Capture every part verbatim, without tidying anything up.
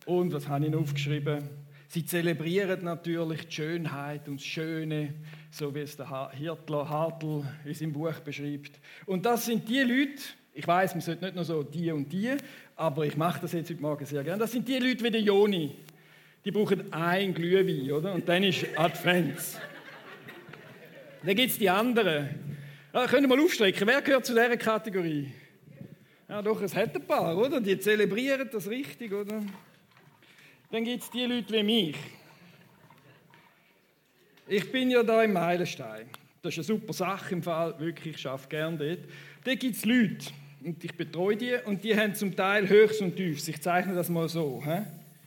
Und was habe ich noch aufgeschrieben? Sie zelebrieren natürlich die Schönheit und das Schöne, so wie es der Hirtler Hartl in seinem Buch beschreibt. Und das sind die Leute, ich weiss, man sollte nicht nur so die und die, aber ich mache das jetzt heute Morgen sehr gerne. Das sind die Leute wie der Joni. Die brauchen ein Glühwein, oder? Und dann ist Advent. Dann gibt es die anderen. Ja, können wir mal aufstrecken. Wer gehört zu dieser Kategorie? Ja, doch, es hat ein paar, oder? Die zelebrieren das richtig, oder? Dann gibt es die Leute wie mich. Ich bin ja da im Meilenstein. Das ist eine super Sache im Fall, wirklich, ich arbeite gerne dort. Dort gibt es Leute, und ich betreue die, und die haben zum Teil Höchst und Tiefs. Ich zeichne das mal so. He?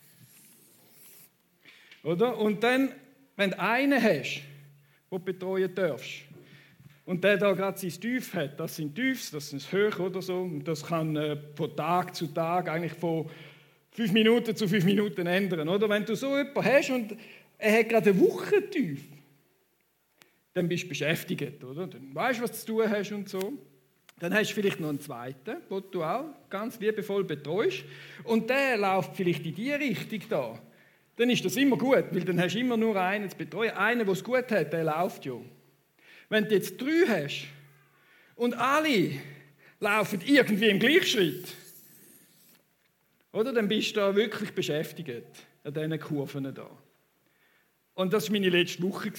Oder? Und dann, wenn du einen hast, den du betreuen darfst, und der da gerade sein Tief hat, das sind Tiefs, das sind Höch oder so, und das kann äh, von Tag zu Tag eigentlich von fünf Minuten zu fünf Minuten ändern. Oder? Wenn du so jemanden hast und er hat gerade eine Woche tief, dann bist du beschäftigt, oder? Dann weißt du, was du zu tun hast und so. Dann hast du vielleicht noch einen zweiten, den du auch ganz liebevoll betreust. Und der läuft vielleicht in die Richtung da. Dann ist das immer gut, weil dann hast du immer nur einen zu betreuen. Einer, der es gut hat, der läuft ja. Wenn du jetzt drei hast und alle laufen irgendwie im Gleichschritt, oder, dann bist du da wirklich beschäftigt an diesen Kurven da. Und das war meine letzte Woche.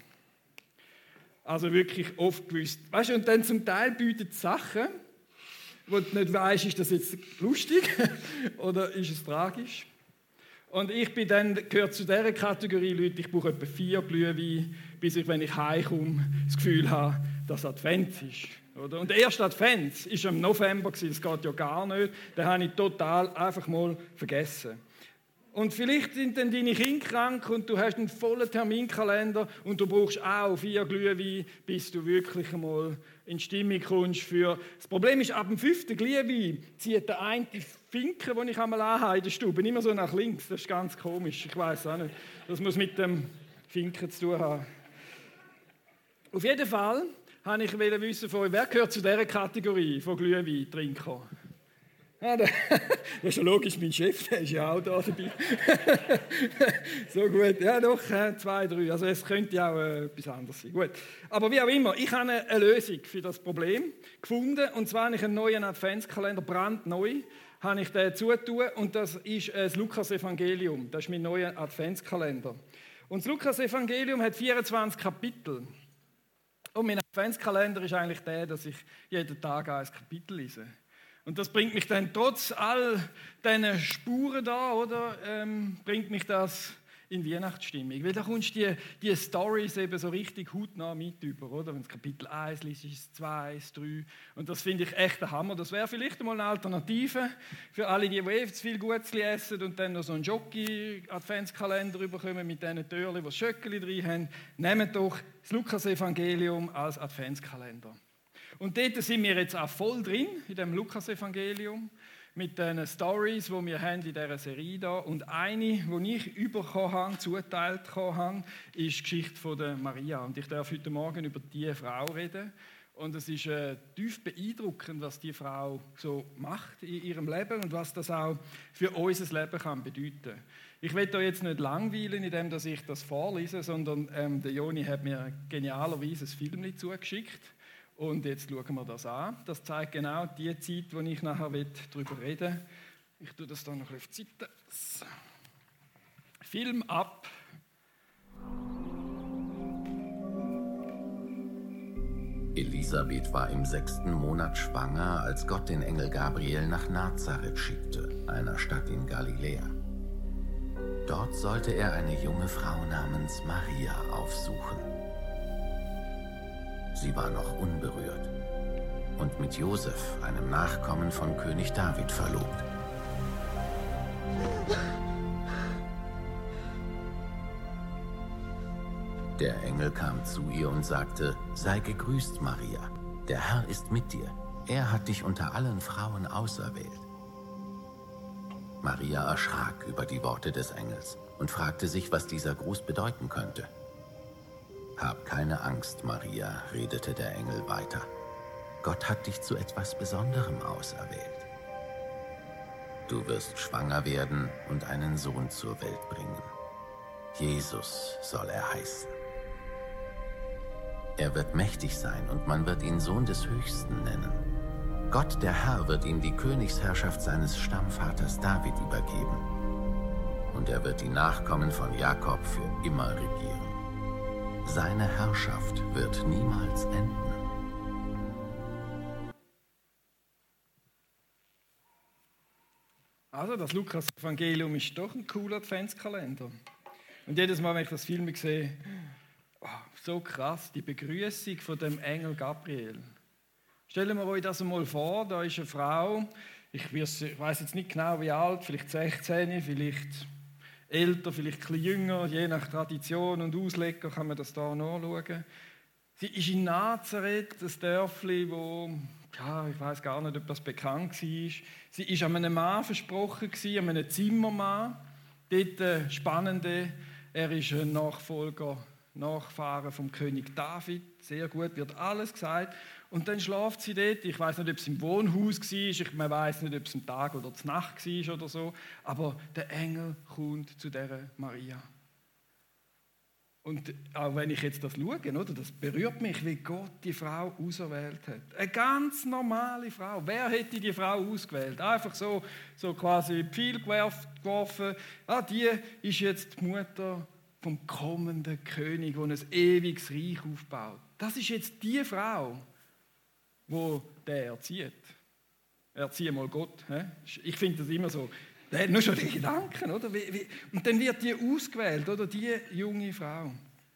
Also wirklich oft gewusst. Weißt du, und dann zum Teil bieten es Sachen, wo du nicht weißt, ist das jetzt lustig oder ist es tragisch. Und ich bin dann, gehört zu dieser Kategorie Leute, ich brauche etwa vier Glühwein, bis ich, wenn ich heimkomme, das Gefühl habe, dass Advent ist. Oder? Und der erste Advent war im November, das geht ja gar nicht. Den habe ich total einfach mal vergessen. Und vielleicht sind dann deine Kinder krank und du hast einen vollen Terminkalender und du brauchst auch vier Glühwein, bis du wirklich einmal in Stimmung kommst für... Das Problem ist, ab dem fünften Glühwein zieht der eine die Finken, die ich einmal anhabe in der Stube, immer so nach links. Das ist ganz komisch, ich weiß auch nicht. Das muss mit dem Finken zu tun haben. Auf jeden Fall wollte ich wissen von euch, wer gehört zu dieser Kategorie von Glühwein-Trinker? Ja, das ist ja logisch, mein Chef, der ist ja auch da dabei. So gut, ja doch, zwei, drei, also es könnte auch äh, etwas anderes sein. Gut. Aber wie auch immer, ich habe eine, eine Lösung für das Problem gefunden, und zwar habe ich einen neuen Adventskalender, brandneu, habe ich den zutun, und das ist äh, das Lukas-Evangelium, das ist mein neuer Adventskalender. Und das Lukas-Evangelium hat vierundzwanzig Kapitel. Und mein Adventskalender ist eigentlich der, dass ich jeden Tag ein Kapitel lese. Und das bringt mich dann trotz all diesen Spuren da, oder, ähm, bringt mich das in Weihnachtsstimmung. Weil da kommst du die, die Storys eben so richtig hautnah mit über, oder? Wenn es Kapitel eins liest, ist es zwei, es drei. Und das finde ich echt ein Hammer. Das wäre vielleicht mal eine Alternative für alle, die, die eh zu viel Gutzli essen und dann noch so einen Jockey-Adventskalender bekommen mit diesen Türchen, die das Schöckeli drin haben. Nehmt doch das Lukas-Evangelium als Adventskalender. Und dort sind wir jetzt auch voll drin, in dem Lukas-Evangelium, mit den Stories, die wir haben in dieser Serie da. Und eine, die ich bekommen habe, zuteilt habe, ist die Geschichte von der Maria. Und ich darf heute Morgen über diese Frau reden. Und es ist äh, tief beeindruckend, was diese Frau so macht in ihrem Leben und was das auch für unser Leben kann bedeuten. Ich will da jetzt nicht langweilen, indem dass ich das vorlese, sondern ähm, der Joni hat mir genialerweise ein Film zugeschickt. Und jetzt schauen wir das an. Das zeigt genau die Zeit, wo ich nachher darüber reden will. Ich tue das dann noch ein bisschen auf die Seite. So. Film ab. Elisabeth war im sechsten Monat schwanger, als Gott den Engel Gabriel nach Nazareth schickte, einer Stadt in Galiläa. Dort sollte er eine junge Frau namens Maria aufsuchen. Sie war noch unberührt und mit Josef, einem Nachkommen von König David, verlobt. Der Engel kam zu ihr und sagte: Sei gegrüßt, Maria, der Herr ist mit dir. Er hat dich unter allen Frauen auserwählt. Maria erschrak über die Worte des Engels und fragte sich, was dieser Gruß bedeuten könnte. Hab keine Angst, Maria, redete der Engel weiter. Gott hat dich zu etwas Besonderem auserwählt. Du wirst schwanger werden und einen Sohn zur Welt bringen. Jesus soll er heißen. Er wird mächtig sein und man wird ihn Sohn des Höchsten nennen. Gott, der Herr, wird ihm die Königsherrschaft seines Stammvaters David übergeben. Und er wird die Nachkommen von Jakob für immer regieren. Seine Herrschaft wird niemals enden. Also, das Lukas-Evangelium ist doch ein cooler Adventskalender. Und jedes Mal, wenn ich das Film sehe, oh, so krass, die Begrüßung von dem Engel Gabriel. Stellen wir euch das einmal vor, da ist eine Frau, ich weiß jetzt nicht genau wie alt, vielleicht sechzehn, vielleicht älter, vielleicht ein bisschen jünger, je nach Tradition und Ausleger kann man das da nachschauen. Sie ist in Nazareth, ein Dörfli, wo, ja, ich weiß gar nicht, ob das bekannt war. Sie ist an einem Mann versprochen, an einem Zimmermann. Dort äh, Spannende, er ist ein Nachfolger, Nachfahre vom König David. Sehr gut, wird alles gesagt. Und dann schläft sie dort. Ich weiß nicht, ob es im Wohnhaus war. Ich, man weiß nicht, ob es am Tag oder zur Nacht war oder so. Aber der Engel kommt zu dieser Maria. Und auch wenn ich jetzt das schaue, oder, das berührt mich, wie Gott die Frau auserwählt hat. Eine ganz normale Frau. Wer hätte die Frau ausgewählt? Einfach so, so quasi Pfeil geworfen. Ah, die ist jetzt die Mutter vom kommenden König, der ein ewiges Reich aufbaut. Das ist jetzt die Frau, die der erzieht. Erziehe mal Gott. He? Ich finde das immer so. Der hat nur schon die Gedanken, oder? Wie, wie, und dann wird die ausgewählt, oder? Die junge Frau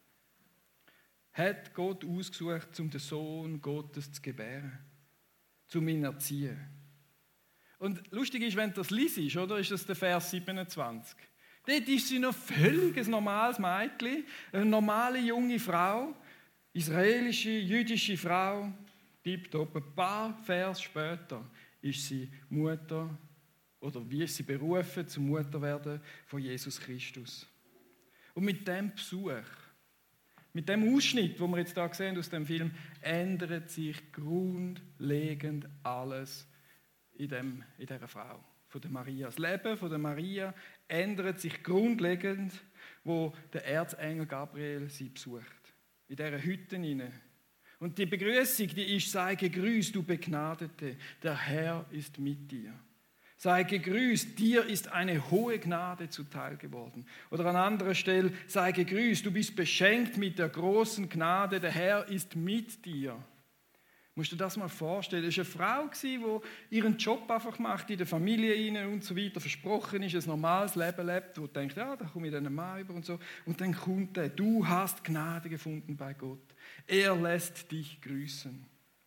hat Gott ausgesucht, um den Sohn Gottes zu gebären, um ihn zu erziehen. Und lustig ist, wenn du das liest, oder? Ist das der Vers siebenundzwanzig. Dort ist sie noch völlig ein normales Mädchen, eine normale junge Frau, israelische, jüdische Frau. Tipptopp, ein paar Vers später ist sie Mutter. Oder wie ist sie berufen, zum Mutter werden von Jesus Christus. Und mit dem Besuch, mit dem Ausschnitt, den wir jetzt hier sehen aus dem Film, ändert sich grundlegend alles in, dem, in dieser Frau, von der Maria. Das Leben von der Maria ändert sich grundlegend, wo der Erzengel Gabriel sie besucht. In dieser Hütte hinein. Und die Begrüßung, die ist, sei gegrüßt, du Begnadete, der Herr ist mit dir. Sei gegrüßt, dir ist eine hohe Gnade zuteil geworden. Oder an anderer Stelle, sei gegrüßt, du bist beschenkt mit der großen Gnade, der Herr ist mit dir. Musst du dir das mal vorstellen? Das war eine Frau, die ihren Job einfach macht, in der Familie rein und so weiter, versprochen ist, ein normales Leben lebt, wo denkt, ja, da komme ich dann mal über und so. Und dann kommt er, du hast Gnade gefunden bei Gott. Er lässt dich grüßen.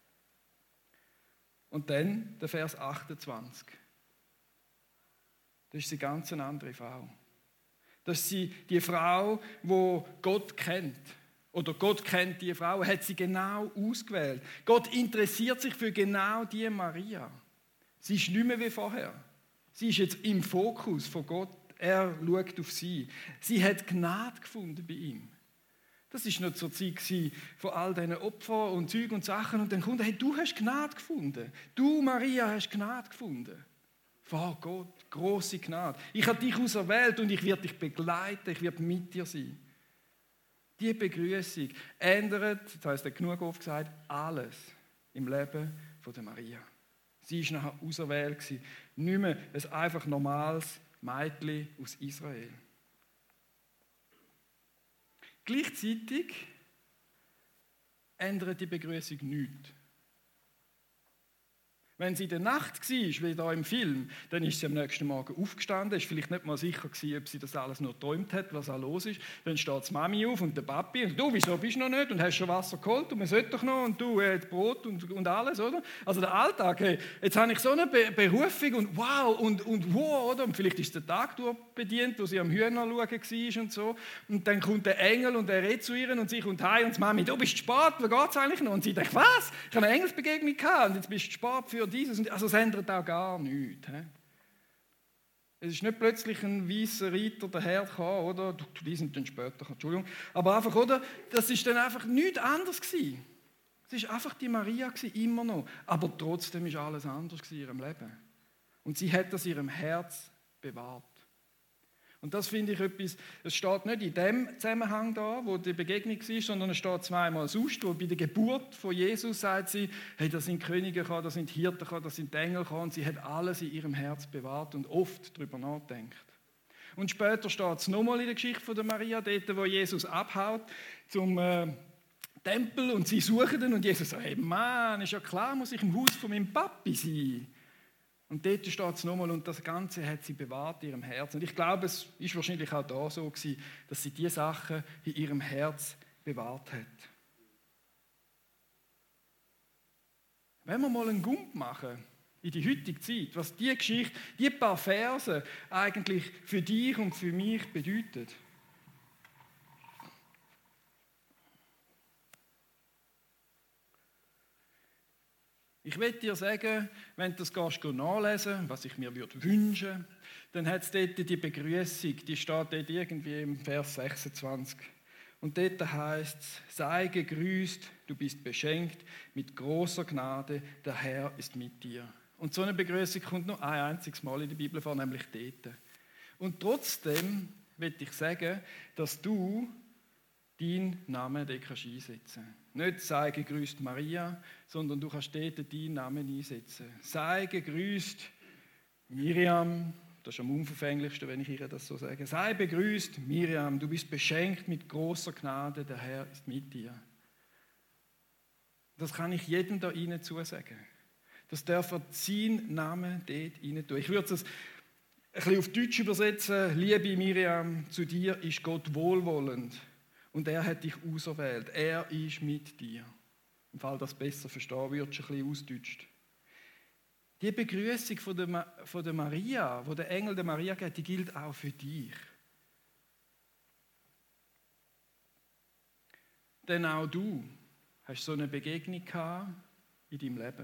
Und dann der Vers achtundzwanzig. Das ist eine ganz andere Frau. Das ist sie, die Frau, die Gott kennt. Oder Gott kennt die Frau, hat sie genau ausgewählt. Gott interessiert sich für genau die Maria. Sie ist nicht mehr wie vorher. Sie ist jetzt im Fokus von Gott. Er schaut auf sie. Sie hat Gnade gefunden bei ihm. Das war noch zur Zeit von all diesen Opfern und Zeug und Sachen. Und dann kommt er, hey, du hast Gnade gefunden. Du, Maria, hast Gnade gefunden. Vor Gott, grosse Gnade. Ich habe dich auserwählt und ich werde dich begleiten, ich werde mit dir sein. Diese Begrüßung ändert, das heisst, er genug oft gesagt, alles im Leben von der Maria. Sie war nachher auserwählt, nicht mehr ein einfach normales Mädchen aus Israel. Gleichzeitig ändert die Begrüßung nichts. Wenn sie in der Nacht war, wie hier im Film, dann ist sie am nächsten Morgen aufgestanden, ist vielleicht nicht mal sicher gewesen, ob sie das alles nur geträumt hat, was auch los ist. Dann steht die Mami auf und der Papi und du, wieso bist du noch nicht und hast schon Wasser geholt und man sollte doch noch und du, äh, Brot und, und alles, oder? Also der Alltag, hey, jetzt habe ich so eine Be- Berufung und wow und, und wow, oder? Und vielleicht ist der Tag durchbedient, wo sie am Hühner schauen war und so. Und dann kommt der Engel und er redet zu ihr und sie kommt heim und die Mami, du bist spät, wo geht's eigentlich noch? Und sie denkt, was? Ich habe eine Engelsbegegnung gehabt und jetzt bist du spät für dieses. Also es ändert auch gar nichts. He? Es ist nicht plötzlich ein weißer Reiter dahergekommen, oder? Die sind dann später, Entschuldigung. Aber einfach, oder? Das ist dann einfach nichts anderes gewesen. Es war einfach die Maria gewesen, immer noch. Aber trotzdem ist alles anders in ihrem Leben. Und sie hat das ihrem Herz bewahrt. Und das finde ich etwas, es steht nicht in dem Zusammenhang da, wo die Begegnung war, sondern es steht zweimal sonst, wo bei der Geburt von Jesus sagt sie, hey, da sind Könige gekommen, da sind Hirten gekommen, da sind Engel gekommen, und sie hat alles in ihrem Herz bewahrt und oft darüber nachgedacht. Und später steht es nochmal in der Geschichte von der Maria, dort, wo Jesus abhaut zum äh, Tempel und sie suchen ihn und Jesus sagt, hey Mann, ist ja klar, muss ich im Haus von meinem Papi sein. Und dort steht es nochmal, und das Ganze hat sie bewahrt in ihrem Herzen. Und ich glaube, es ist wahrscheinlich auch da so gewesen, dass sie diese Sachen in ihrem Herz bewahrt hat. Wenn wir mal einen Gump machen in die heutige Zeit, was diese Geschichte, die paar Verse eigentlich für dich und für mich bedeuten. Ich möchte dir sagen, wenn du das gehst, nachlesen, was ich mir würde wünschen, dann hat es dort die Begrüßung, die steht dort irgendwie im Vers sechsundzwanzig. Und dort heißt es, sei gegrüßt, du bist beschenkt mit großer Gnade, der Herr ist mit dir. Und so eine Begrüßung kommt nur ein einziges Mal in der Bibel vor, nämlich dort. Und trotzdem möchte ich sagen, dass du deinen Namen dort kannst einsetzen kannst. Nicht sei gegrüßt Maria, sondern du kannst dort deinen Namen einsetzen. Sei gegrüßt Miriam, das ist am unverfänglichsten, wenn ich ihr das so sage. Sei begrüßt Miriam, du bist beschenkt mit großer Gnade, der Herr ist mit dir. Das kann ich jedem da rein zusagen. Das darf er seinen Namen dort rein tun. Ich würde es ein bisschen auf Deutsch übersetzen. Liebe Miriam, zu dir ist Gott wohlwollend. Und er hat dich auserwählt. Er ist mit dir. Im Fall das besser verstehen würdest, ein bisschen ausdeutscht. Die Begrüßung von der, Ma- von der Maria, wo der Engel der Maria geht, die gilt auch für dich. Denn auch du hast so eine Begegnung gehabt in deinem Leben.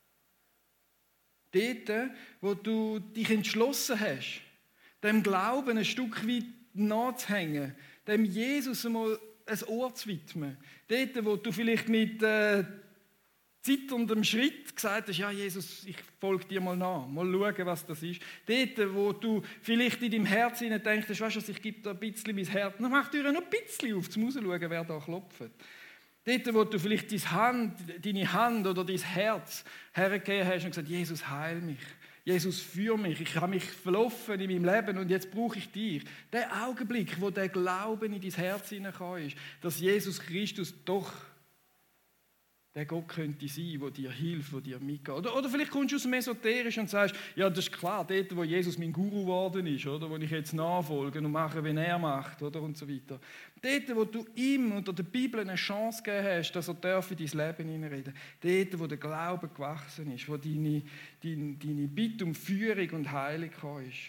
Dort, wo du dich entschlossen hast, dem Glauben ein Stück weit nachzuhängen, dem Jesus einmal ein Ohr zu widmen. Dort, wo du vielleicht mit äh, zitterndem Schritt gesagt hast, ja Jesus, ich folge dir mal nach, mal schauen, was das ist. Dort, wo du vielleicht in deinem Herzen denkst, weißt du, ich gebe da ein bisschen mein Herz, dann mach die Tür noch ein bisschen auf, zum Rausschauen, wer da klopft. Dort, wo du vielleicht deine Hand, deine Hand oder dein Herz hergegeben hast und gesagt, Jesus, heil mich. Jesus, führ mich, ich habe mich verlaufen in meinem Leben und jetzt brauche ich dich. Der Augenblick, wo der Glauben in dein Herz hineingekommen ist, dass Jesus Christus doch der Gott könnte sein, der dir hilft, der dir mitgeht. Oder, oder vielleicht kommst du aus dem Esoterischen und sagst, ja, das ist klar, dort, wo Jesus mein Guru geworden ist, oder, wo ich jetzt nachfolge und mache, wie er macht, oder, und so weiter. Dort, wo du ihm unter der Bibel eine Chance gegeben hast, dass er darf in dein Leben hineinreden darf. Dort, wo der Glaube gewachsen ist, wo deine, deine, deine Bitte um Führung und Heilung gekommen ist.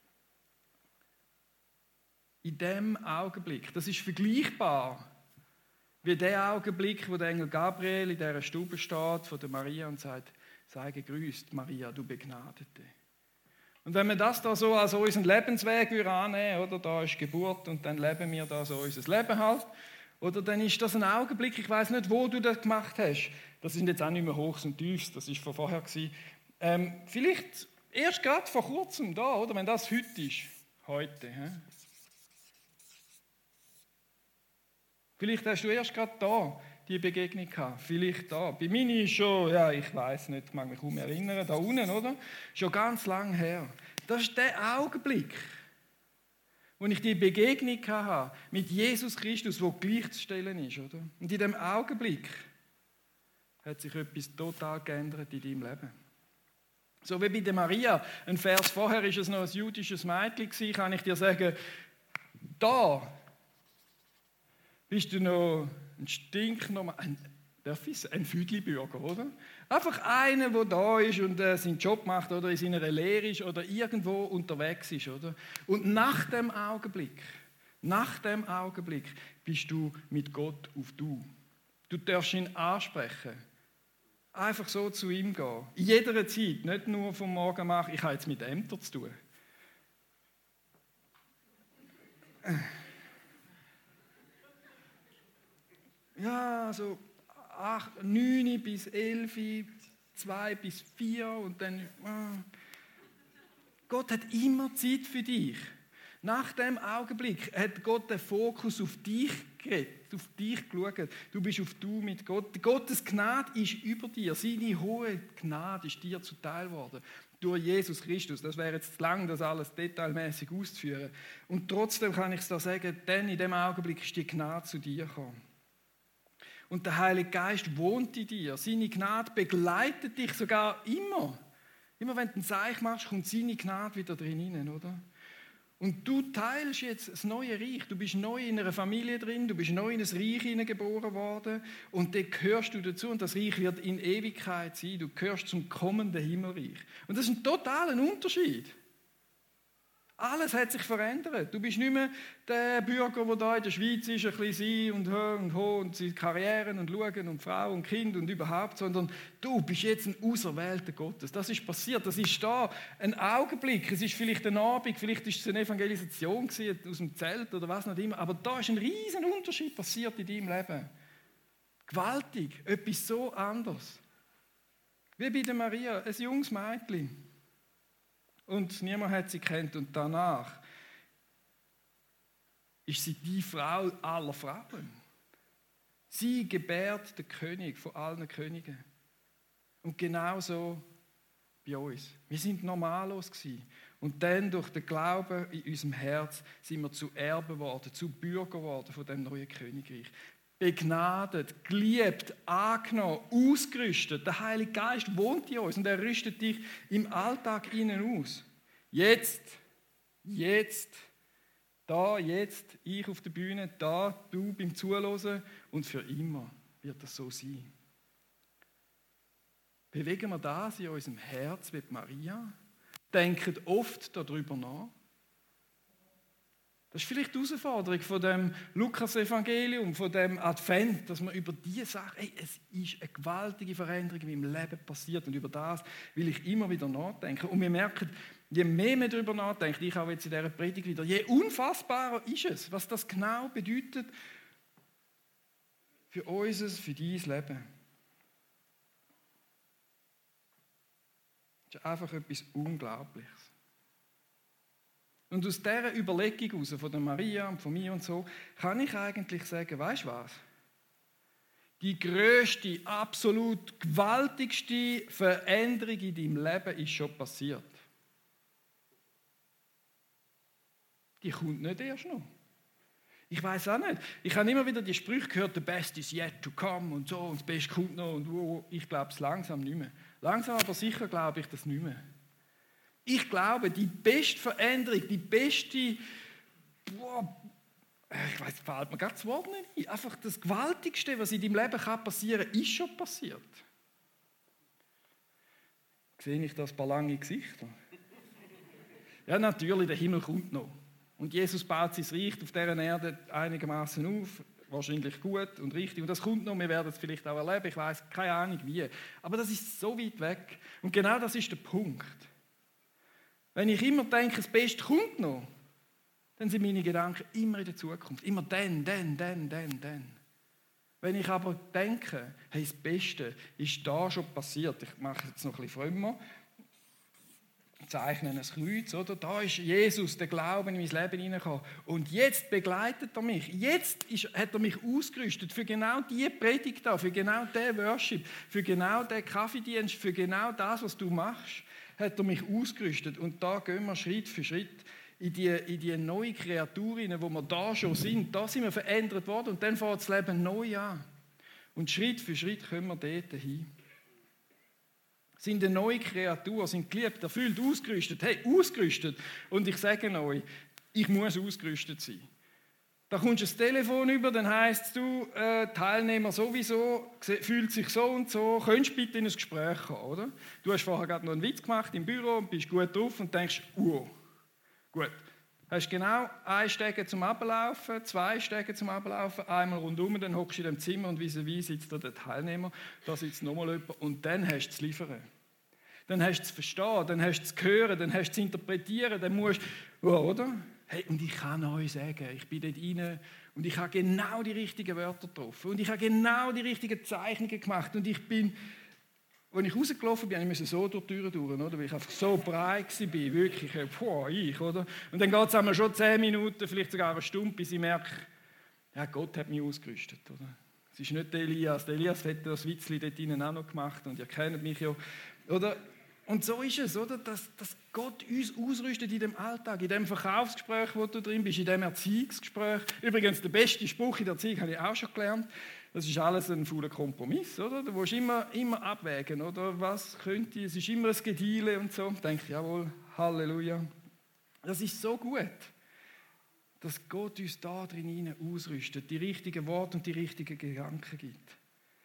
In dem Augenblick, das ist vergleichbar wie der Augenblick, wo der Engel Gabriel in dieser Stube steht von der Maria und sagt, sei gegrüßt, Maria, du Begnadete. Und wenn wir das da so als unseren Lebensweg annehmen, oder da ist Geburt und dann leben wir da so unser Leben halt, oder dann ist das ein Augenblick, ich weiß nicht, wo du das gemacht hast. Das sind jetzt auch nicht mehr Hochs und Tiefs, das ist von vorher gewesen. Ähm, vielleicht erst gerade vor kurzem da, oder wenn das heute ist, heute. He? Vielleicht hast du erst gerade da die Begegnung gehabt. Vielleicht da. Bei mir ist schon, ja, ich weiß nicht, ich mag mich kaum erinnern, da unten, oder? Schon ganz lang her. Das ist der Augenblick, wo ich die Begegnung hatte mit Jesus Christus, wo gleichzustellen ist, oder? Und in diesem Augenblick hat sich etwas total geändert in deinem Leben. So wie bei der Maria. Ein Vers vorher war es noch ein jüdisches Mädchen, kann ich dir sagen, da bist du noch ein stinknormal, ein, darf ich sagen, ein Füdli-Bürger, oder? Einfach einer, der da ist und äh, seinen Job macht oder in seiner Lehre ist oder irgendwo unterwegs ist, oder? Und nach dem Augenblick, nach dem Augenblick bist du mit Gott auf Du. Du darfst ihn ansprechen. Einfach so zu ihm gehen. In jeder Zeit, nicht nur vom Morgen machen, ich habe jetzt mit Ämtern zu tun. Ja, so neun bis elf, zwei bis vier und dann, Gott hat immer Zeit für dich. Nach dem Augenblick hat Gott den Fokus auf dich geredet, auf dich geschaut. Du bist auf du mit Gott. Gottes Gnade ist über dir. Seine hohe Gnade ist dir zuteil worden. Durch Jesus Christus. Das wäre jetzt zu lang, das alles detailmäßig auszuführen. Und trotzdem kann ich es da sagen, denn in dem Augenblick ist die Gnade zu dir gekommen. Und der Heilige Geist wohnt in dir. Seine Gnade begleitet dich sogar immer. Immer wenn du ein Zeichen machst, kommt seine Gnade wieder drin hinein, oder? Und du teilst jetzt das neue Reich. Du bist neu in einer Familie drin, du bist neu in ein Reich hineingeboren worden und dann gehörst du dazu und das Reich wird in Ewigkeit sein. Du gehörst zum kommenden Himmelreich. Und das ist ein totaler Unterschied. Alles hat sich verändert. Du bist nicht mehr der Bürger, der da in der Schweiz ist, ein bisschen sein und hör und ho und seine Karrieren und schauen und Frau und Kind und überhaupt, sondern du bist jetzt ein Auserwählter Gottes. Das ist passiert, das ist da ein Augenblick. Es ist vielleicht ein Abend, vielleicht ist es eine Evangelisation gewesen, aus dem Zelt oder was noch immer, aber da ist ein riesen Unterschied passiert in deinem Leben. Gewaltig, etwas so anderes. Wie bei der Maria, ein junges Mädchen. Und niemand hat sie kennt. Und danach ist sie die Frau aller Frauen. Sie gebärt den König von allen Königen. Und genauso bei uns. Wir sind normallos gewesen. Und dann durch den Glauben in unserem Herz sind wir zu Erben geworden, zu Bürger geworden von dem neuen Königreich. Begnadet, geliebt, angenommen, ausgerüstet. Der Heilige Geist wohnt in uns und er rüstet dich im Alltag innen aus. Jetzt, jetzt, da, jetzt, ich auf der Bühne, da, du beim Zuhören und für immer wird das so sein. Bewegen wir das in unserem Herz wie Maria, denken oft darüber nach. Das ist vielleicht die Herausforderung von dem Lukas-Evangelium, von dem Advent, dass man über diese Sache, ey, es ist eine gewaltige Veränderung in meinem Leben passiert und über das will ich immer wieder nachdenken. Und wir merken, je mehr man darüber nachdenkt, ich auch jetzt in dieser Predigt wieder, je unfassbarer ist es, was das genau bedeutet für unser, für dein Leben. Das ist einfach etwas Unglaubliches. Und aus dieser Überlegung heraus, von der Maria und von mir und so, kann ich eigentlich sagen, weißt du was? Die grösste, absolut gewaltigste Veränderung in deinem Leben ist schon passiert. Die kommt nicht erst noch. Ich weiß auch nicht. Ich habe immer wieder die Sprüche gehört, the best is yet to come und so, und das Beste kommt noch und wo. Ich glaube es langsam nicht mehr. Langsam aber sicher glaube ich das nicht mehr. Ich glaube, die beste Veränderung, die beste, boah, ich weiß, fällt mir gerade das Wort nicht ein, einfach das Gewaltigste, was in deinem Leben passieren kann, ist schon passiert. Sehe ich das paar lange Gesichter? Ja, natürlich, der Himmel kommt noch. Und Jesus baut sein Reich auf dieser Erde einigermaßen auf, wahrscheinlich gut und richtig. Und das kommt noch, wir werden es vielleicht auch erleben, ich weiß keine Ahnung wie. Aber das ist so weit weg. Und genau das ist der Punkt. Wenn ich immer denke, das Beste kommt noch, dann sind meine Gedanken immer in der Zukunft. Immer dann, dann, dann, dann, dann. Wenn ich aber denke, hey, das Beste ist da schon passiert, ich mache es jetzt noch ein bisschen frömmer, zeichne ein Kreuz, oder? Da ist Jesus, der Glauben in mein Leben hineingekommen. Und jetzt begleitet er mich. Jetzt ist, hat er mich ausgerüstet für genau diese Predigt da, für genau diesen Worship, für genau diesen Kaffeedienst, für genau das, was du machst. Hat er mich ausgerüstet. Und da gehen wir Schritt für Schritt in die, in die neue Kreatur hinein, wo wir da schon sind. Da sind wir verändert worden und dann fängt das Leben neu an. Und Schritt für Schritt kommen wir dort hin. Sind eine neue Kreatur, sind geliebt, erfüllt, ausgerüstet. Hey, ausgerüstet. Und ich sage euch, ich muss ausgerüstet sein. Da kommst du das Telefon über, dann heisst du, äh, Teilnehmer sowieso, fühlt sich so und so, könntest bitte in ein Gespräch kommen, oder? Du hast vorher gerade noch einen Witz gemacht im Büro und bist gut drauf und denkst, uh, gut. Hast genau ein Stege zum Ablaufen, zwei Stege zum Ablaufen, einmal rundum, dann hockst du in dem Zimmer und vis-à-vis sitzt da der Teilnehmer, da sitzt nochmal jemand und dann hast du es liefern. Dann hast du es verstehen, dann hast du es hören, dann hast du es interpretieren, dann musst du, oh, oder? Hey, und ich kann euch sagen, ich bin dort rein und ich habe genau die richtigen Wörter getroffen und ich habe genau die richtigen Zeichnungen gemacht und ich bin, als ich rausgelaufen bin, musste ich so durch die Türen durch, oder? Weil ich einfach so breit war, wirklich, boah, ich, oder? Und dann geht es einmal schon zehn Minuten, vielleicht sogar eine Stunde, bis ich merke, ja, Gott hat mich ausgerüstet, oder? Es ist nicht der Elias, der Elias hat das Witzli dort drinnen auch noch gemacht und ihr kennt mich ja, oder? Und so ist es, oder? Dass, dass Gott uns ausrüstet in dem Alltag, in dem Verkaufsgespräch, wo du drin bist, in dem Erziehungsgespräch. Übrigens, der beste Spruch in der Erziehung habe ich auch schon gelernt. Das ist alles ein fauler Kompromiss, oder? Du musst immer, immer abwägen, oder? Was könnte, es ist immer ein Gediele und so. Ich denke, jawohl, Halleluja. Das ist so gut, dass Gott uns da drin ausrüstet, die richtigen Worte und die richtigen Gedanken gibt.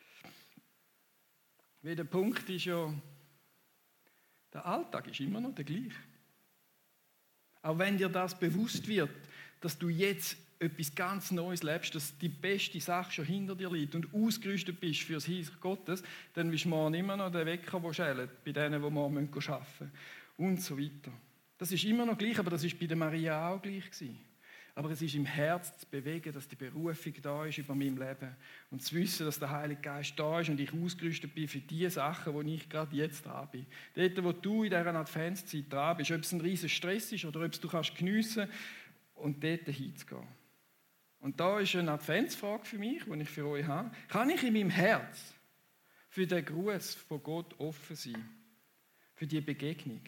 Weil der Punkt ist ja, der Alltag ist immer noch der gleiche. Auch wenn dir das bewusst wird, dass du jetzt etwas ganz Neues lebst, dass die beste Sache schon hinter dir liegt und ausgerüstet bist für das Reich Gottes, dann bist du morgen immer noch der Wecker, der schält, bei denen, die morgen arbeiten müssen und so weiter. Das ist immer noch gleich, aber das ist bei der Maria auch gleich gewesen. Aber es ist im Herz zu bewegen, dass die Berufung da ist über meinem Leben und zu wissen, dass der Heilige Geist da ist und ich ausgerüstet bin für die Sachen, wo ich gerade jetzt dran bin. Dort, wo du in dieser Adventszeit dran bist, ob es ein riesen Stress ist oder ob es du kannst geniessen und dort hinzugehen. Und da ist eine Adventsfrage für mich, die ich für euch habe. Kann ich in meinem Herz für den Gruß von Gott offen sein? Für die Begegnung?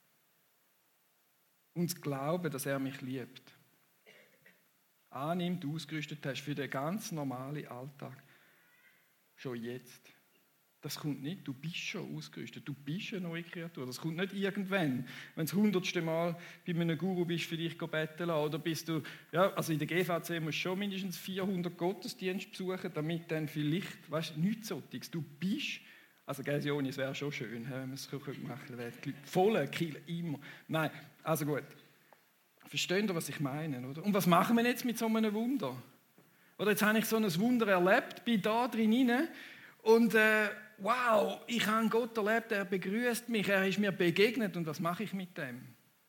Und zu glauben, dass er mich liebt? Annimmt, ausgerüstet hast für den ganz normalen Alltag. Schon jetzt. Das kommt nicht, du bist schon ausgerüstet, du bist eine neue Kreatur. Das kommt nicht irgendwann, wenn du das hundertste Mal bei einem Guru bist, für dich betteln oder bist du, ja, also in der G V C musst du schon mindestens vierhundert Gottesdienste besuchen, damit dann vielleicht, weißt du, nichts solches. Du bist, also Gäsioni, es wäre schon schön, wenn wir es machen könnten, volle Kiel, immer. Nein, also gut. Versteht ihr, was ich meine, oder? Und was machen wir jetzt mit so einem Wunder? Oder jetzt habe ich so ein Wunder erlebt, bin da drin rein und äh, wow, ich habe Gott erlebt, er begrüßt mich, er ist mir begegnet und was mache ich mit dem?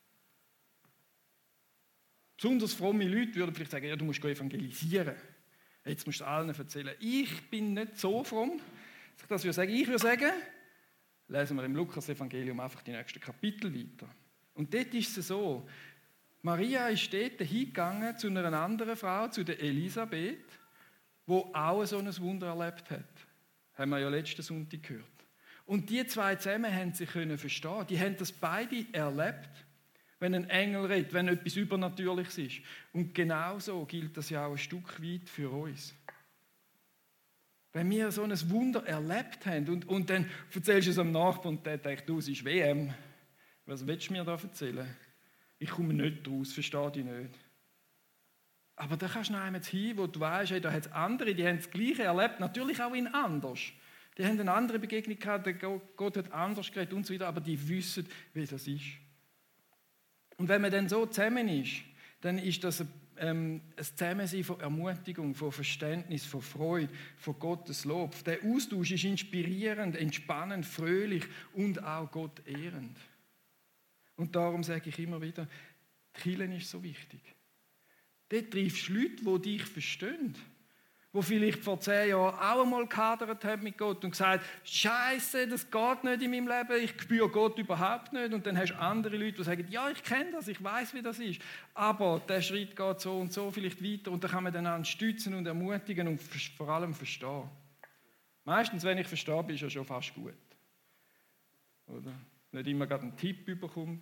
Besonders fromme Leute würden vielleicht sagen, ja, du musst evangelisieren. Jetzt musst du allen erzählen. Ich bin nicht so fromm, dass ich das würde sagen. Ich würde sagen, lesen wir im Lukas-Evangelium einfach die nächsten Kapitel weiter. Und dort ist es so, Maria ist dort hingegangen zu einer anderen Frau, zu der Elisabeth, die auch so ein Wunder erlebt hat. Haben wir ja letzten Sonntag gehört. Und die zwei zusammen haben sich verstehen. Die haben das beide erlebt, wenn ein Engel redet, wenn etwas Übernatürliches ist. Und genauso gilt das ja auch ein Stück weit für uns. Wenn wir so ein Wunder erlebt haben und, und dann erzählst du es am Nachbarn und der denkt, du, es ist W M. Was willst du mir da erzählen? Ich komme nicht raus, verstehe dich nicht. Aber da kannst du noch einmal hin, wo du weißt, hey, da hat es andere, die haben das Gleiche erlebt, natürlich auch in anders. Die haben eine andere Begegnung gehabt, Gott hat anders geredet und so weiter, aber die wissen, wie das ist. Und wenn man dann so zusammen ist, dann ist das ein, ähm, ein Zusammensein von Ermutigung, von Verständnis, von Freude, von Gottes Lob. Der Austausch ist inspirierend, entspannend, fröhlich und auch Gott ehrend. Und darum sage ich immer wieder, die Kirche ist so wichtig. Dort triffst du Leute, die dich verstehen. Die vielleicht vor zehn Jahren auch einmal gehadert haben mit Gott und gesagt, Scheiße, das geht nicht in meinem Leben, ich spüre Gott überhaupt nicht. Und dann hast du andere Leute, die sagen, ja, ich kenne das, ich weiß, wie das ist. Aber der Schritt geht so und so vielleicht weiter und dann kann man dann auch stützen und ermutigen und vor allem verstehen. Meistens, wenn ich verstehe, ist ja schon fast gut. Oder? Nicht immer gerade einen Tipp bekommen.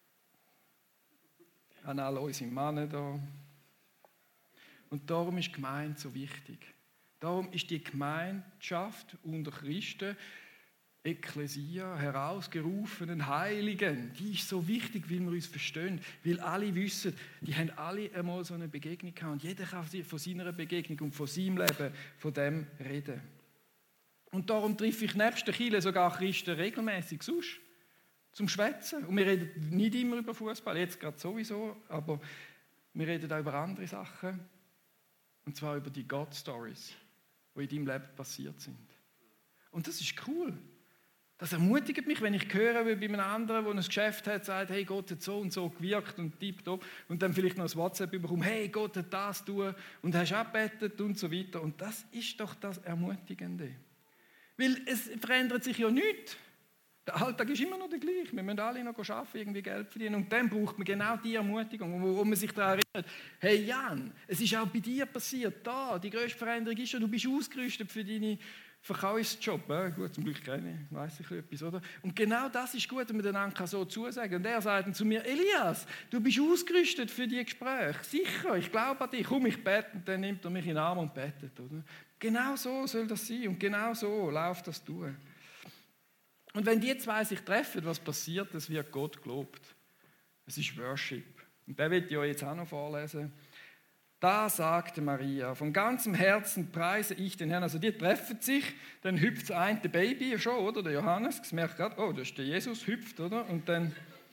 An alle unsere Männer da. Und darum ist die Gemeinde so wichtig. Darum ist die Gemeinschaft unter Christen, Ekklesia, herausgerufenen Heiligen, die ist so wichtig, weil wir uns verstehen. Weil alle wissen, die haben alle einmal so eine Begegnung gehabt. Und jeder kann von seiner Begegnung und von seinem Leben, von dem reden. Und darum treffe ich nebst der Kirche sogar Christen regelmäßig sonst. Zum Schwätzen. Und wir reden nicht immer über Fußball, jetzt gerade sowieso, aber wir reden auch über andere Sachen. Und zwar über die God-Stories, die in deinem Leben passiert sind. Und das ist cool. Das ermutigt mich, wenn ich höre, wie bei einem anderen, der ein Geschäft hat, sagt, hey, Gott hat so und so gewirkt und tipptopp. Und dann vielleicht noch ein WhatsApp bekommt, hey, Gott hat das tun und hast auch gebetet und so weiter. Und das ist doch das Ermutigende. Weil es verändert sich ja nichts. Der Alltag ist immer noch der gleiche. Wir müssen alle noch arbeiten, irgendwie Geld verdienen. Und dann braucht man genau die Ermutigung, wo, wo man sich daran erinnert. Hey Jan, es ist auch bei dir passiert. Da, die grösste Veränderung ist schon, du bist ausgerüstet für deinen Verkaufsjob. Ja, gut, zum Glück kenne ich, weiss ich etwas, oder? Und genau das ist gut, wenn man den anderen so zusagen kann. Und er sagt dann zu mir, Elias, du bist ausgerüstet für die Gespräche. Sicher, ich glaube an dich. Komm, ich bete. Und dann nimmt er mich in den Arm und betet. Oder? Genau so soll das sein. Und genau so läuft das durch. Und wenn die zwei sich treffen, was passiert? Es wird Gott gelobt. Es ist Worship. Und den will ich euch jetzt auch noch vorlesen. Da sagte Maria, von ganzem Herzen preise ich den Herrn. Also die treffen sich, dann hüpft das eine Baby schon, oder? Der Johannes, das merkt gerade, oh, das ist der Jesus, hüpft, oder? Und dann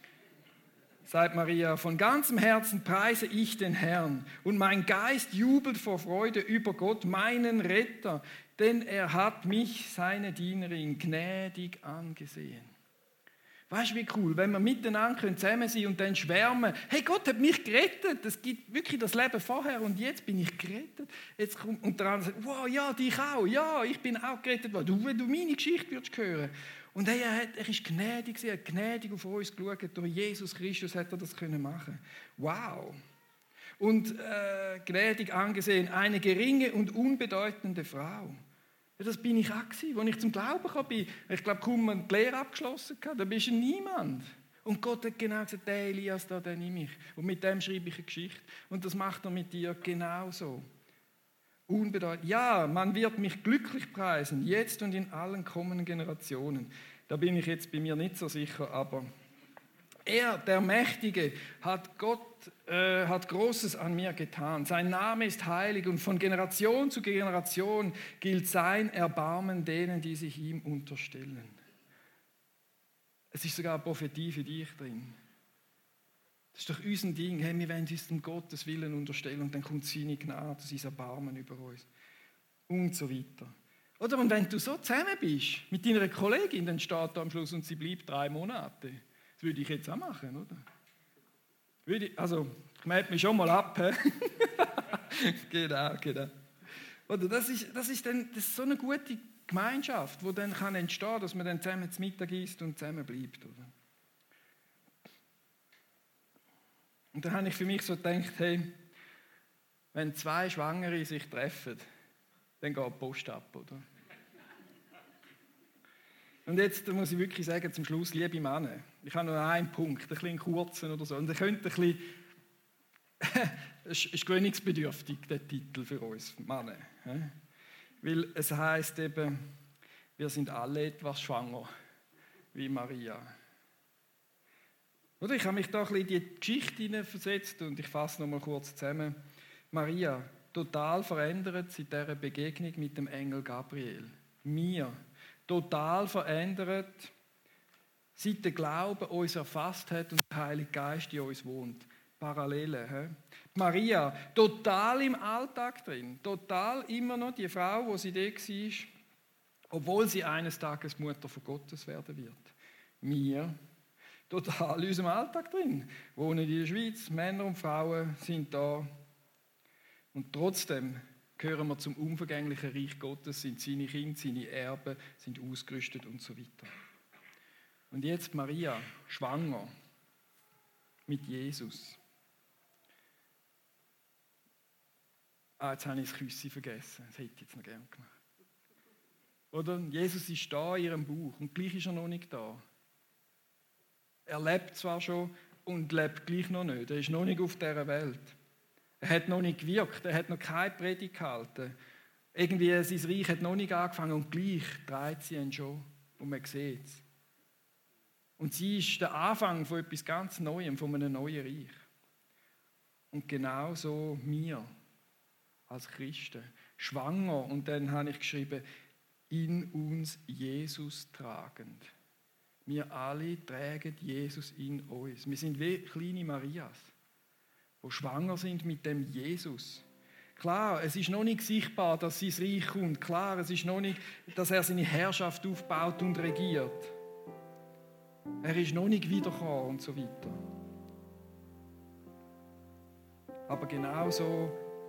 sagt Maria, von ganzem Herzen preise ich den Herrn. Und mein Geist jubelt vor Freude über Gott, meinen Retter. Denn er hat mich, seine Dienerin, gnädig angesehen. Weißt du, wie cool, wenn wir miteinander zusammen sein und dann schwärmen, hey, Gott hat mich gerettet, es gibt wirklich das Leben vorher und jetzt bin ich gerettet. Jetzt kommt, und der andere sagt, wow, ja, dich auch, ja, ich bin auch gerettet worden, du, wenn du meine Geschichte würdest hören. Und hey, er, hat, er ist gnädig, er hat gnädig auf uns geschaut, durch Jesus Christus hat er das können machen. Wow. Und äh, gnädig angesehen, eine geringe und unbedeutende Frau. Ja, das bin ich auch gewesen, als ich zum Glauben kam. Ich glaube, kaum man die Lehre abgeschlossen hat, da bist du niemand. Und Gott hat genau gesagt, der Elias da, den nehme ich. Und mit dem schreibe ich eine Geschichte. Und das macht er mit dir genauso. Unbedeutend. Ja, man wird mich glücklich preisen, jetzt und in allen kommenden Generationen. Da bin ich jetzt bei mir nicht so sicher, aber er, der Mächtige, hat Gott äh, hat Großes an mir getan. Sein Name ist heilig und von Generation zu Generation gilt sein Erbarmen denen, die sich ihm unterstellen. Es ist sogar eine Prophetie für dich drin. Das ist doch unser Ding. Hey, wir wollen uns dem Gottes Willen unterstellen und dann kommt seine Gnade, sein Erbarmen über uns. Und so weiter. Oder und wenn du so zusammen bist mit deiner Kollegin, dann steht da am Schluss und sie bleibt drei Monate. Das würde ich jetzt auch machen, oder? Würde ich, also, ich melde mich schon mal ab. Genau, genau. Oder das ist, das ist, dann, das ist so eine gute Gemeinschaft, die dann kann entstehen kann, dass man dann zusammen zu Mittag isst und zusammen bleibt. Oder? Und dann habe ich für mich so gedacht, hey, wenn zwei Schwangere sich treffen, dann geht die Post ab, oder? Und jetzt muss ich wirklich sagen, zum Schluss, liebe Männer, ich habe noch einen Punkt, ein bisschen kurzen oder so. Und ihr könnt ein bisschen, es ist gewöhnungsbedürftig, der Titel für uns Männer. Weil es heisst eben, wir sind alle etwas schwanger, wie Maria. Oder ich habe mich da ein bisschen in die Geschichte hineinversetzt und ich fasse noch mal kurz zusammen. Maria, total verändert seit dieser Begegnung mit dem Engel Gabriel. Mir, total verändert, seit der Glaube uns erfasst hat und der Heilige Geist in uns wohnt. Parallele. He? Maria, total im Alltag drin, total immer noch die Frau, wo sie da war, obwohl sie eines Tages Mutter von Gottes werden wird. Wir, total in unserem Alltag drin, wohnen in der Schweiz, Männer und Frauen sind da und trotzdem gehören wir zum unvergänglichen Reich Gottes, sind seine Kinder, seine Erben, sind ausgerüstet und so weiter. Und jetzt Maria, schwanger mit Jesus. Ah, jetzt habe ich das Küssi vergessen. Das hätte ich jetzt noch gerne gemacht. Oder? Jesus ist da in ihrem Bauch und gleich ist er noch nicht da. Er lebt zwar schon und lebt gleich noch nicht. Er ist noch nicht auf dieser Welt. Er hat noch nicht gewirkt, er hat noch keine Predigt gehalten. Irgendwie sein Reich hat noch nicht angefangen und gleich dreht sie ihn schon und man sieht es. Und sie ist der Anfang von etwas ganz Neuem, von einem neuen Reich. Und genau so wir als Christen, schwanger, und dann habe ich geschrieben, in uns Jesus tragend. Wir alle tragen Jesus in uns. Wir sind wie kleine Marias, die schwanger sind mit dem Jesus. Klar, es ist noch nicht sichtbar, dass sein Reich kommt. Klar, es ist noch nicht, dass er seine Herrschaft aufbaut und regiert. Er ist noch nicht wiedergekommen und so weiter. Aber genauso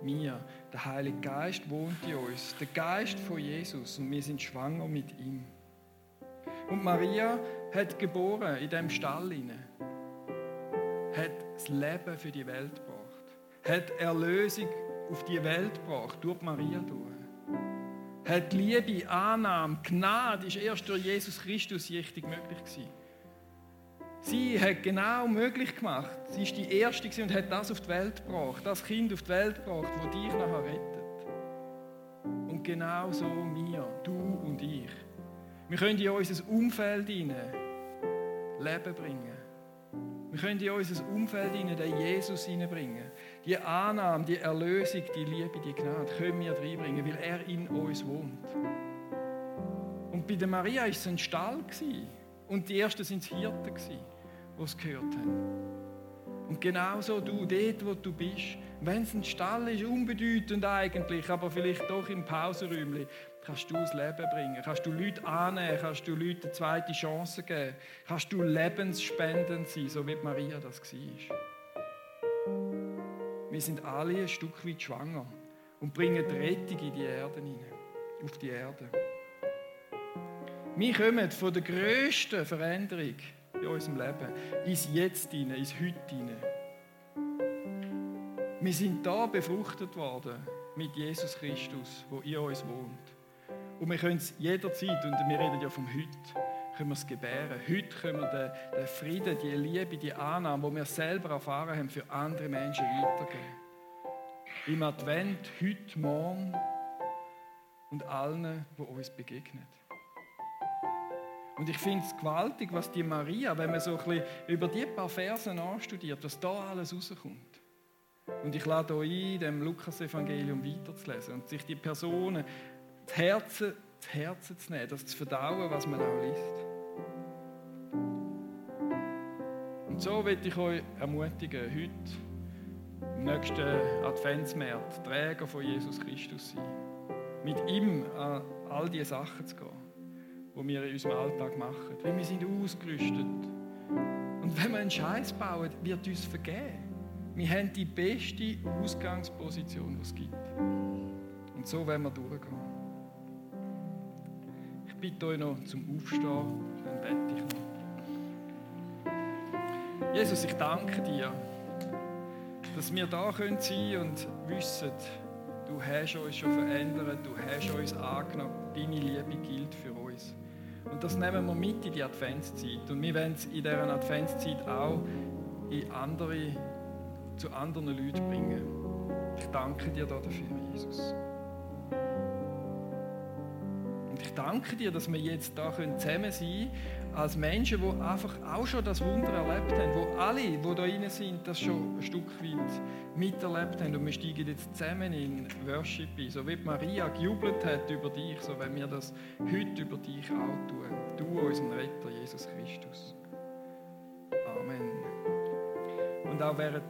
mir. Der Heilige Geist wohnt in uns, der Geist von Jesus, und wir sind schwanger mit ihm. Und Maria hat geboren in diesem Stall hinein, hat das Leben für die Welt gebracht, hat Erlösung auf die Welt gebracht, durch Maria durch. Hat Liebe, Annahme, Gnade ist erst durch Jesus Christus richtig möglich gewesen. Sie hat genau möglich gemacht. Sie ist die Erste und hat das auf die Welt gebracht, das Kind auf die Welt gebracht, das dich nachher rettet. Und genau so wir, du und ich. Wir können in unser Umfeld hinein Leben bringen. Wir können in unser Umfeld hinein den Jesus hineinbringen. Die Annahme, die Erlösung, die Liebe, die Gnade können wir reinbringen, weil er in uns wohnt. Und bei der Maria war es ein Stall. Und die Ersten waren Hirten, die es gehört haben. Und genauso du, dort wo du bist, wenn es ein Stall ist, unbedeutend eigentlich, aber vielleicht doch im Pausenräumchen, kannst du das Leben bringen, kannst du Leute annehmen, kannst du Leuten eine zweite Chance geben, kannst du lebensspendend sein, so wie Maria das war. Wir sind alle ein Stück weit schwanger und bringen die Rettung in die Erde hinein, auf die Erde. Wir kommen von der grössten Veränderung in unserem Leben ins Jetzt hinein, ins Heute hinein. Wir sind da befruchtet worden mit Jesus Christus, der in uns wohnt. Und wir können es jederzeit, und wir reden ja vom Heute, können wir es gebären. Heute können wir den, den Frieden, die Liebe, die Annahme, die wir selber erfahren haben, für andere Menschen weitergeben. Im Advent, heute, morgen und allen, die uns begegnen. Und ich finde es gewaltig, was die Maria, wenn man so ein bisschen über die paar Versen anstudiert, was da alles rauskommt. Und ich lade euch ein, dem Lukas-Evangelium weiterzulesen und sich die Personen das Herzen, das Herzen zu nehmen, das zu verdauen, was man auch liest. Und so will ich euch ermutigen, heute, im nächsten Adventsmärz, Träger von Jesus Christus sein. Mit ihm an all diese Sachen zu gehen, die wir in unserem Alltag machen. Weil wir sind ausgerüstet. Und wenn wir einen Scheiß bauen, wird uns vergeben. Wir haben die beste Ausgangsposition, die es gibt. Und so wollen wir durchgehen. Ich bitte euch noch zum Aufstehen, dann bete ich noch. Jesus, ich danke dir, dass wir da sein können und wissen, du hast uns schon verändert, du hast uns angenommen, deine Liebe gilt für uns. Und das nehmen wir mit in die Adventszeit. Und wir wollen es in dieser Adventszeit auch in andere, zu anderen Leuten bringen. Ich danke dir dafür, Jesus. Und ich danke dir, dass wir jetzt da zusammen sein können, als Menschen, die einfach auch schon das Wunder erlebt haben, wo alle, die da rein sind, das schon ein Stück weit miterlebt haben. Und wir steigen jetzt zusammen in Worship ein. So wie Maria gejubelt hat über dich, so wollen wir das heute über dich auch tun. Du, unseren Retter, Jesus Christus. Amen. Und auch während